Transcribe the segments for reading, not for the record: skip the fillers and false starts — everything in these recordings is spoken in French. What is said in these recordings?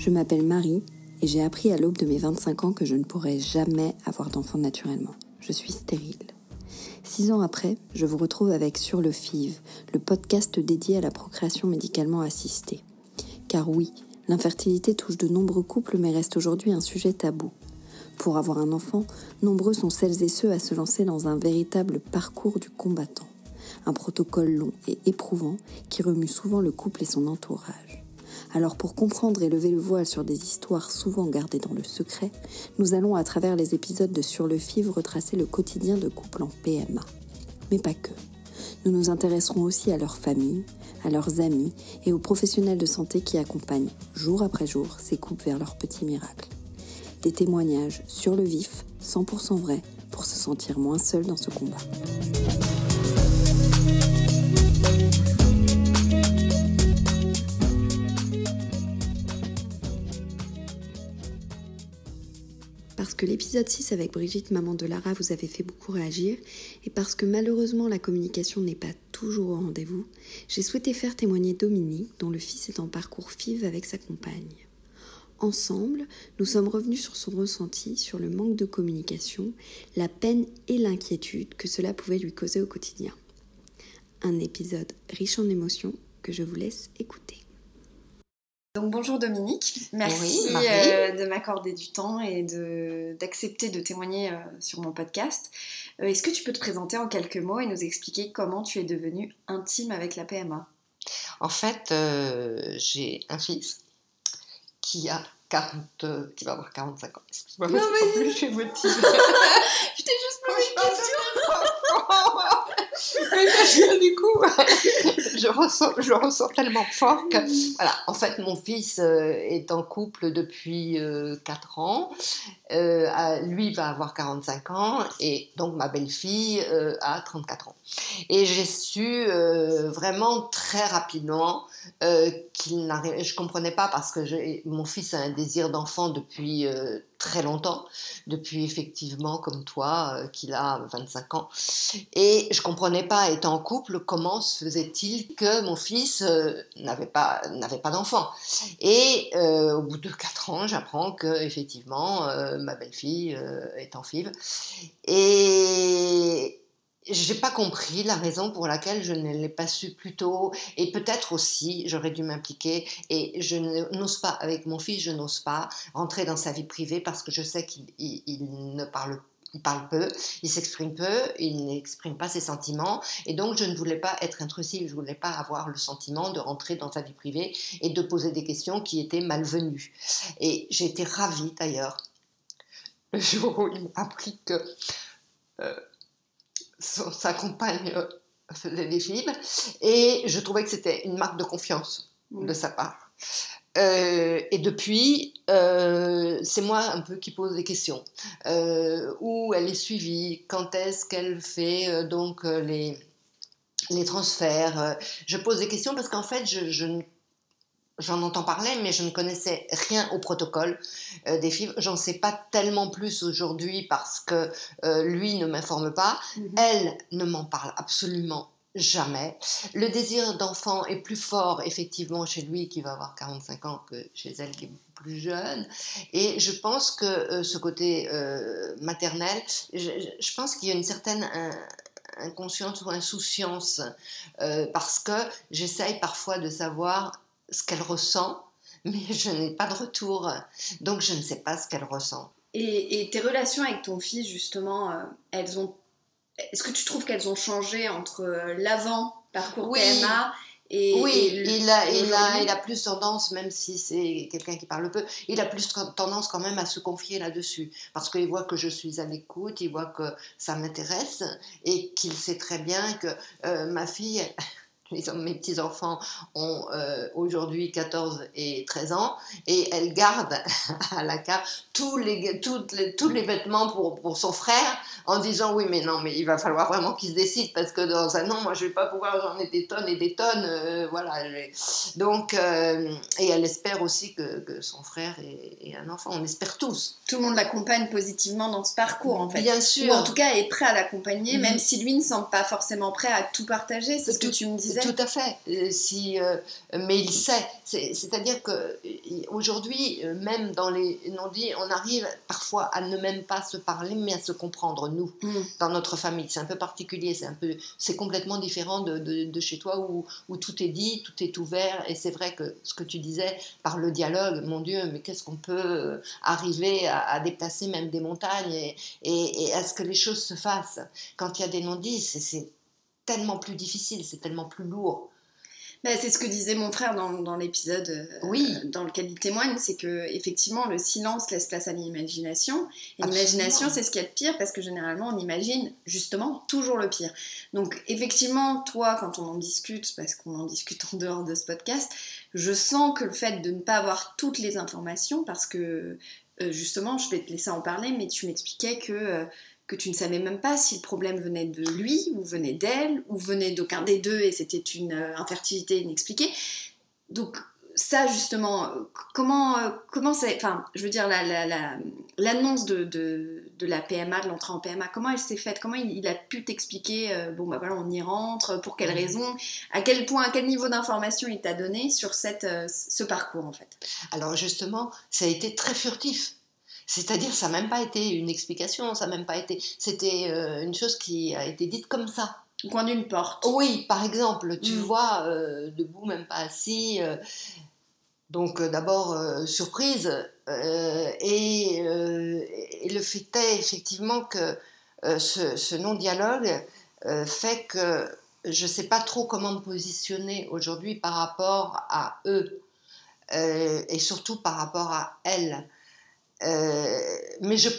Je m'appelle Marie et j'ai appris à l'aube de mes 25 ans que je ne pourrais jamais avoir d'enfant naturellement. Je suis stérile. 6 ans après, je vous retrouve avec Sur le FIV, le podcast dédié à la procréation médicalement assistée. Car oui, l'infertilité touche de nombreux couples mais reste aujourd'hui un sujet tabou. Pour avoir un enfant, nombreux sont celles et ceux à se lancer dans un véritable parcours du combattant. Un protocole long et éprouvant qui remue souvent le couple et son entourage. Alors pour comprendre et lever le voile sur des histoires souvent gardées dans le secret, nous allons à travers les épisodes de Sur le FIV retracer le quotidien de couples en PMA. Mais pas que. Nous nous intéresserons aussi à leurs familles, à leurs amis et aux professionnels de santé qui accompagnent jour après jour ces couples vers leur petit miracle. Des témoignages sur le vif, 100% vrais, pour se sentir moins seul dans ce combat. Parce que l'épisode 6 avec Brigitte, maman de Lara, vous avait fait beaucoup réagir, et parce que malheureusement la communication n'est pas toujours au rendez-vous, j'ai souhaité faire témoigner Dominique, dont le fils est en parcours FIV avec sa compagne. Ensemble, nous sommes revenus sur son ressenti, sur le manque de communication, la peine et l'inquiétude que cela pouvait lui causer au quotidien. Un épisode riche en émotions que je vous laisse écouter. Donc bonjour Dominique, merci de m'accorder du temps et d'accepter de témoigner sur mon podcast. Est-ce que tu peux te présenter en quelques mots et nous expliquer comment tu es devenue intime avec la PMA ? En fait, j'ai un fils qui va avoir 45 ans. Excuse-moi, non, mais en plus je suis émotive. Je t'ai juste posé une question. Du coup, je ressens tellement fort que... Voilà, en fait, mon fils est en couple depuis 4 ans. Lui va avoir 45 ans et donc ma belle-fille a 34 ans. Et j'ai su vraiment très rapidement qu'il n'arrivait... Je ne comprenais pas parce que mon fils a un désir d'enfant depuis très longtemps, depuis effectivement comme toi qu'il a 25 ans. Et je ne comprenais pas, étant en couple, comment se faisait-il que mon fils n'avait pas d'enfant. Et au bout de 4 ans, j'apprends qu'effectivement, ma belle-fille est en FIV. Et j'ai pas compris la raison pour laquelle je ne l'ai pas su plus tôt, et peut-être aussi j'aurais dû m'impliquer, et je n'ose pas, avec mon fils, je n'ose pas rentrer dans sa vie privée parce que je sais qu'il ne parle pas. Il parle peu, il s'exprime peu, il n'exprime pas ses sentiments, et donc je ne voulais pas être intrusive, je ne voulais pas avoir le sentiment de rentrer dans sa vie privée et de poser des questions qui étaient malvenues. Et j'ai été ravie d'ailleurs le jour où il m'a appris que sa compagne faisait des FIV, et je trouvais que c'était une marque de confiance de sa part. Et depuis, c'est moi un peu qui pose des questions. Où elle est suivie, quand est-ce qu'elle fait les transferts. Je pose des questions parce qu'en fait, j'en entends parler, mais je ne connaissais rien au protocole des FIV. J'en sais pas tellement plus aujourd'hui parce que lui ne m'informe pas. Elle ne m'en parle absolument jamais. Le désir d'enfant est plus fort, effectivement, chez lui, qui va avoir 45 ans, que chez elle, qui est beaucoup plus jeune. Et je pense que ce côté maternel, je pense qu'il y a une certaine inconscience ou insouciance, parce que j'essaye parfois de savoir ce qu'elle ressent, mais je n'ai pas de retour, donc je ne sais pas ce qu'elle ressent. Et tes relations avec ton fils, justement, est-ce que tu trouves qu'elles ont changé entre l'avant-parcours PMA et il a plus tendance, même si c'est quelqu'un qui parle peu, il a plus tendance quand même à se confier là-dessus, parce qu'il voit que je suis à l'écoute, il voit que ça m'intéresse, et qu'il sait très bien que ma fille... Mes petits-enfants ont aujourd'hui 14 et 13 ans, et elle garde à la cave tous les vêtements pour son frère, en disant oui mais non, mais il va falloir vraiment qu'il se décide, parce que dans un an moi je vais pas pouvoir, j'en ai des tonnes et des tonnes, voilà. Donc et elle espère aussi que son frère ait un enfant, on espère tous. Tout le monde l'accompagne positivement dans ce parcours, en fait. Bien sûr. Ou en tout cas est prêt à l'accompagner, même si lui ne semble pas forcément prêt à tout partager, c'est ce que tu me disais disais. Tout à fait. Mais il sait. C'est-à-dire qu'aujourd'hui, même dans les non-dits, on arrive parfois à ne même pas se parler, mais à se comprendre, nous, dans notre famille. C'est un peu particulier, c'est complètement différent de chez toi où tout est dit, tout est ouvert. Et c'est vrai que ce que tu disais, par le dialogue, mon Dieu, mais qu'est-ce qu'on peut arriver à déplacer même des montagnes et à ce que les choses se fassent. Quand il y a des non-dits, c'est tellement plus difficile, c'est tellement plus lourd. C'est ce que disait mon frère dans l'épisode dans lequel il témoigne, c'est que effectivement le silence laisse place à l'imagination, et l'imagination c'est ce qu'il y a de pire, parce que généralement on imagine justement toujours le pire. Donc effectivement, toi, quand on en discute, parce qu'on en discute en dehors de ce podcast, je sens que le fait de ne pas avoir toutes les informations, parce que justement, je vais te laisser en parler, mais tu m'expliquais que tu ne savais même pas si le problème venait de lui, ou venait d'elle, ou venait d'aucun des deux, et c'était une infertilité inexpliquée. Donc ça, justement, comment c'est... Enfin, je veux dire, l'annonce de la PMA, de l'entrée en PMA, comment elle s'est faite? Comment il a pu t'expliquer, voilà, on y rentre, pour quelles raisons? À quel point, à quel niveau d'information il t'a donné sur ce parcours, en fait? Alors justement, ça a été très furtif. C'est-à-dire, ça n'a même pas été une explication, ça n'a même pas été... C'était une chose qui a été dite comme ça. Au coin d'une porte. Oui, par exemple, tu vois, debout, même pas assis. Donc d'abord, surprise. Et le fait est effectivement que ce non-dialogue fait que je ne sais pas trop comment me positionner aujourd'hui par rapport à eux. Et surtout par rapport à elle. Mais je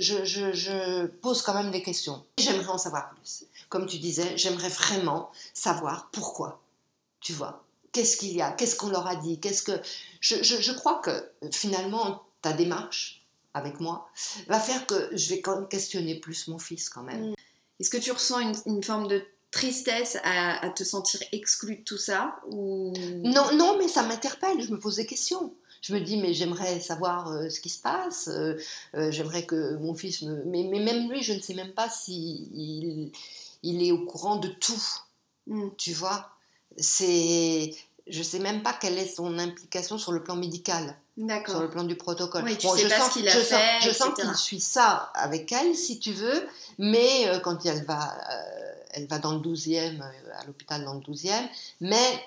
pose quand même des questions. J'aimerais en savoir plus. Comme tu disais, j'aimerais vraiment savoir pourquoi. Tu vois, qu'est-ce qu'il y a, qu'est-ce qu'on leur a dit, je crois que finalement ta démarche avec moi va faire que je vais quand même questionner plus mon fils quand même. Est-ce que tu ressens une forme de tristesse à te sentir exclue de tout ça, ou... Non, mais ça m'interpelle, je me pose des questions. Je me dis, mais j'aimerais savoir ce qui se passe, j'aimerais que mon fils me... Mais même lui, je ne sais même pas s'il il est au courant de tout, tu vois. Je ne sais même pas quelle est son implication sur le plan médical, sur le plan du protocole. Oui, sais pas ce qu'il a fait, je sens qu'il suit ça avec elle, si tu veux, mais quand elle va dans le 12e, à l'hôpital dans le 12e, mais...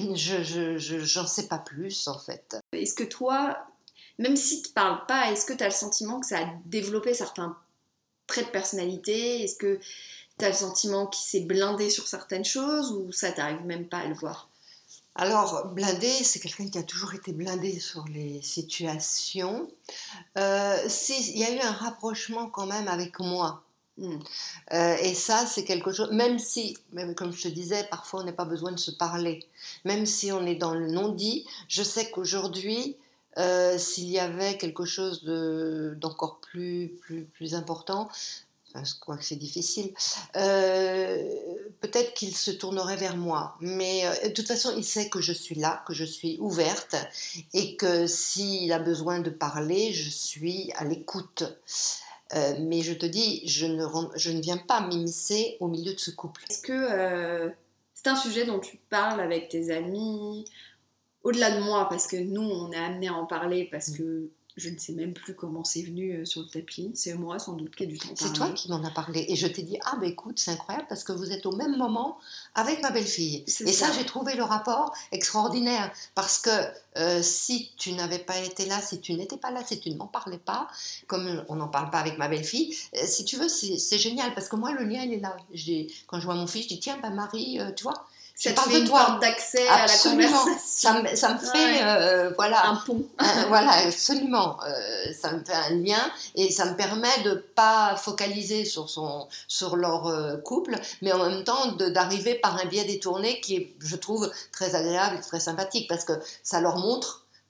j'en sais pas plus en fait. Est-ce que toi, même si tu parles pas, est-ce que tu as le sentiment que ça a développé certains traits de personnalité? Est-ce que tu as le sentiment qu'il s'est blindé sur certaines choses, ou ça t'arrive même pas à le voir? Alors, blindé, c'est quelqu'un qui a toujours été blindé sur les situations. Il y a eu un rapprochement quand même avec moi. Et ça, c'est quelque chose, même comme je te disais, parfois on n'a pas besoin de se parler, même si on est dans le non-dit. Je sais qu'aujourd'hui, s'il y avait quelque chose d'encore plus important, je crois que c'est difficile, peut-être qu'il se tournerait vers moi, mais de toute façon il sait que je suis là, que je suis ouverte, et que s'il a besoin de parler, je suis à l'écoute. Mais je te dis, je ne viens pas m'immiscer au milieu de ce couple. Est-ce que c'est un sujet dont tu parles avec tes amis, au-delà de moi, parce que nous, on est amenés à en parler, parce que je ne sais même plus comment c'est venu sur le tapis. C'est moi, sans doute, qui ai dû t'en parler. C'est toi qui m'en as parlé. Et je t'ai dit, écoute, c'est incroyable, parce que vous êtes au même moment avec ma belle-fille. Et ça, j'ai trouvé le rapport extraordinaire. Parce que si tu n'avais pas été là, si tu n'étais pas là, si tu ne m'en parlais pas, comme on n'en parle pas avec ma belle-fille, si tu veux, c'est génial. Parce que moi, le lien, il est là. Quand je vois mon fils, je dis, tiens, Marie, tu vois, ça te fait une porte d'accès à la conversation. Ça me fait voilà, un pont. Voilà, absolument. Ça me fait un lien, et ça me permet de ne pas focaliser sur leur couple, mais en même temps d'arriver par un biais détourné qui est, je trouve, très agréable et très sympathique, parce que ça leur montre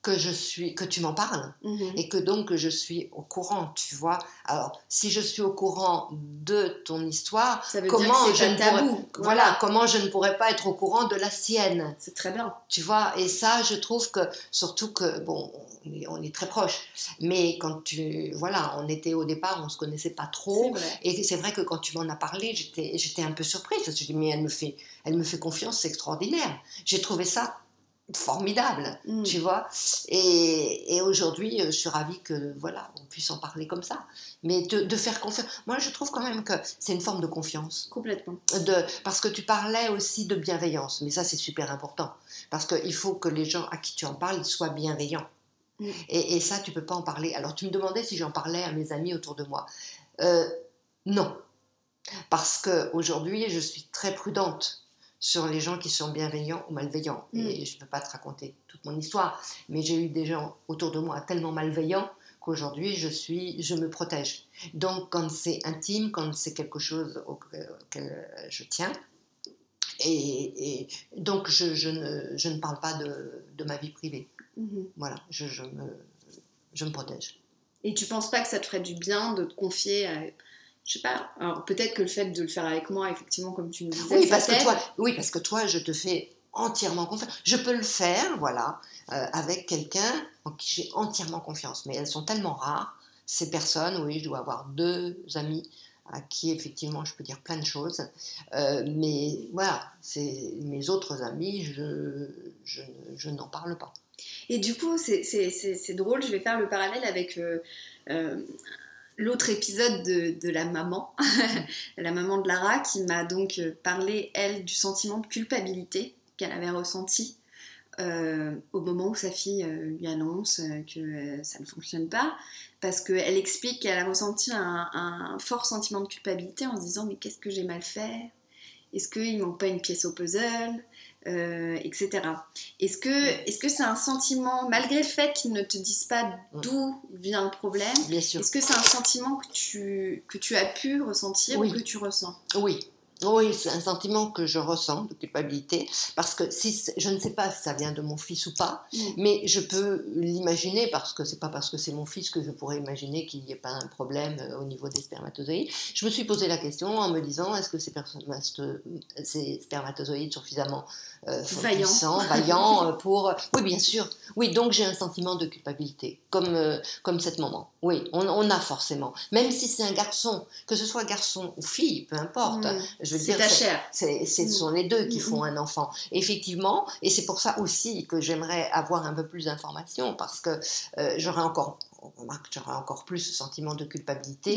que tu m'en parles et que donc je suis au courant, tu vois. Alors, si je suis au courant de ton histoire, ça veut dire que c'est pas tabou. Comment je ne pourrais pas être au courant de la sienne. C'est très bien. Tu vois, et ça, je trouve que, surtout que, bon, on est très proches, mais quand on était au départ, on se connaissait pas trop, et c'est vrai que quand tu m'en as parlé, j'étais un peu surprise, parce que je dis, mais elle me fait confiance, c'est extraordinaire. J'ai trouvé ça formidable, tu vois, et aujourd'hui je suis ravie que on puisse en parler comme ça, mais de faire confiance. Moi je trouve quand même que c'est une forme de confiance, complètement, parce que tu parlais aussi de bienveillance, mais ça c'est super important, parce qu'il faut que les gens à qui tu en parles ils soient bienveillants, et ça tu peux pas en parler. Alors tu me demandais si j'en parlais à mes amis autour de moi. Non, parce que aujourd'hui je suis très prudente sur les gens qui sont bienveillants ou malveillants. Et je ne peux pas te raconter toute mon histoire, mais j'ai eu des gens autour de moi tellement malveillants qu'aujourd'hui, je me protège. Donc, quand c'est intime, quand c'est quelque chose auquel je tiens, et donc je ne parle pas de ma vie privée. Voilà, je me protège. Et tu ne penses pas que ça te ferait du bien de te confier à... Je sais pas, alors peut-être que le fait de le faire avec moi, effectivement, comme tu me disais, parce que toi, je te fais entièrement confiance. Je peux le faire, avec quelqu'un en qui j'ai entièrement confiance. Mais elles sont tellement rares, ces personnes. Oui, je dois avoir 2 amis à qui, effectivement, je peux dire plein de choses. Mais voilà, mes autres amis, je n'en parle pas. Et du coup, c'est drôle, je vais faire le parallèle avec... l'autre épisode de la maman, la maman de Lara, qui m'a donc parlé, elle, du sentiment de culpabilité qu'elle avait ressenti au moment où sa fille lui annonce que ça ne fonctionne pas, parce qu'elle explique qu'elle a ressenti un fort sentiment de culpabilité en se disant « mais qu'est-ce que j'ai mal fait ? Est-ce qu'il ne manque pas une pièce au puzzle ?» etc. Est-ce que c'est un sentiment, malgré le fait qu'ils ne te disent pas d'où vient le problème, bien sûr. Est-ce que c'est un sentiment que tu as pu ressentir ou que tu ressens ? Oui, c'est un sentiment que je ressens de culpabilité, parce que je ne sais pas si ça vient de mon fils ou pas, mais je peux l'imaginer, parce que c'est pas parce que c'est mon fils que je pourrais imaginer qu'il n'y ait pas un problème au niveau des spermatozoïdes. Je me suis posé la question en me disant, est-ce que ces spermatozoïdes sont suffisamment vaillants pour... Oui, bien sûr. Oui, donc j'ai un sentiment de culpabilité, comme cette maman. Oui, on a forcément. Même si c'est un garçon, que ce soit garçon ou fille, peu importe. Je veux dire, ta chair. Ce sont les 2 qui font un enfant. Effectivement, et c'est pour ça aussi que j'aimerais avoir un peu plus d'informations, parce que j'aurais encore plus ce sentiment de culpabilité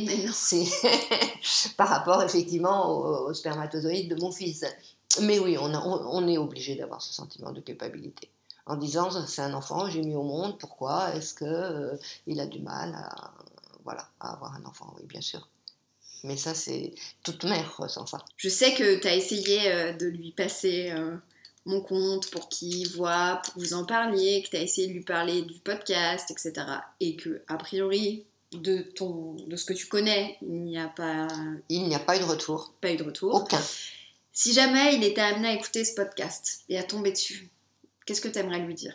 par rapport effectivement aux spermatozoïdes de mon fils. Mais oui, on est obligé d'avoir ce sentiment de culpabilité. En disant, c'est un enfant, j'ai mis au monde, pourquoi est-ce qu'il a du mal à avoir un enfant? Oui, bien sûr. Mais ça, c'est... Toute mère ressent ça. Je sais que tu as essayé de lui passer mon compte pour qu'il voit, pour que vous en parliez, que tu as essayé de lui parler du podcast, etc. Et que, a priori, de ce que tu connais, il n'y a pas eu de retour. Pas eu de retour. Aucun. Si jamais il était amené à écouter ce podcast et à tomber dessus, qu'est-ce que tu aimerais lui dire ?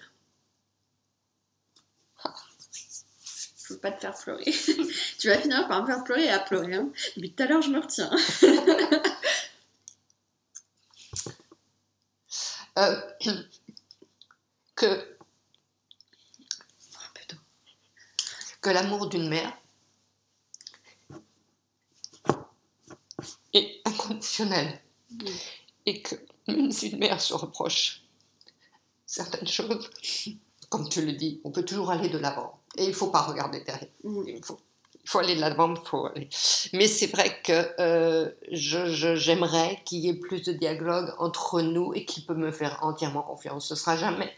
Je veux pas te faire pleurer. Tu vas finir par me faire pleurer et à pleurer. Hein. Depuis tout à l'heure, je me retiens. Que l'amour d'une mère est inconditionnel. Et que même si une mère se reproche certaines choses, comme tu le dis, on peut toujours aller de l'avant. Et il ne faut pas regarder derrière. Il faut aller de l'avant, Mais c'est vrai que j'aimerais qu'il y ait plus de dialogue entre nous et qu'il peut me faire entièrement confiance. Ce sera jamais,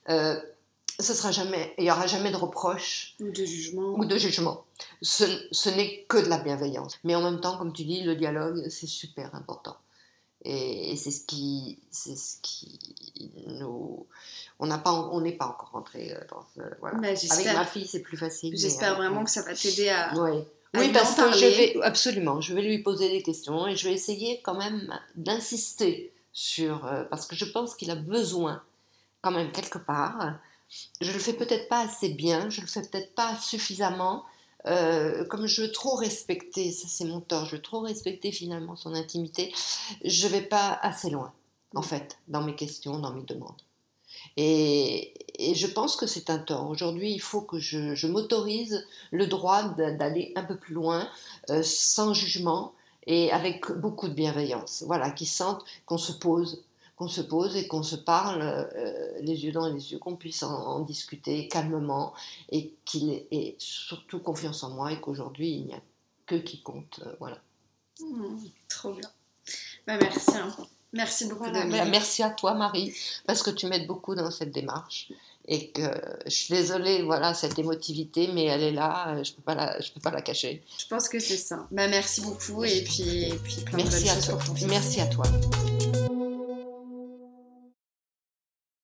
il n'y aura jamais de reproche ou de jugement. Ce n'est que de la bienveillance. Mais en même temps, comme tu dis, le dialogue, c'est super important. Et c'est ce qui nous... On n'est pas encore rentré dans ce... Voilà. Avec ma fille, c'est plus facile. J'espère vraiment que ça va t'aider à... Oui, parce que absolument, je vais lui poser des questions et je vais essayer quand même d'insister sur... parce que je pense qu'il a besoin, quand même, quelque part, Je le fais peut-être pas assez bien, je le fais peut-être pas suffisamment. Comme je veux trop respecter, ça c'est mon tort, je veux trop respecter finalement son intimité, je vais pas assez loin, en fait, dans mes questions, dans mes demandes. Et je pense que c'est un tort. Aujourd'hui, il faut que je m'autorise le droit d'aller un peu plus loin, sans jugement et avec beaucoup de bienveillance. Voilà, qui sentent qu'on se pose et qu'on se parle les yeux dans les yeux, qu'on puisse en discuter calmement et qu'il ait surtout confiance en moi et qu'aujourd'hui, il n'y a que qui compte. Voilà. Trop bien. Merci. Merci beaucoup, Dominique. Merci à toi, Marie, parce que tu m'aides beaucoup dans cette démarche. Et que je suis désolée, voilà, cette émotivité, mais elle est là, je peux pas la cacher. Je pense que c'est ça. Merci beaucoup et puis plein de bonnes choses pour ton fils. Merci à toi.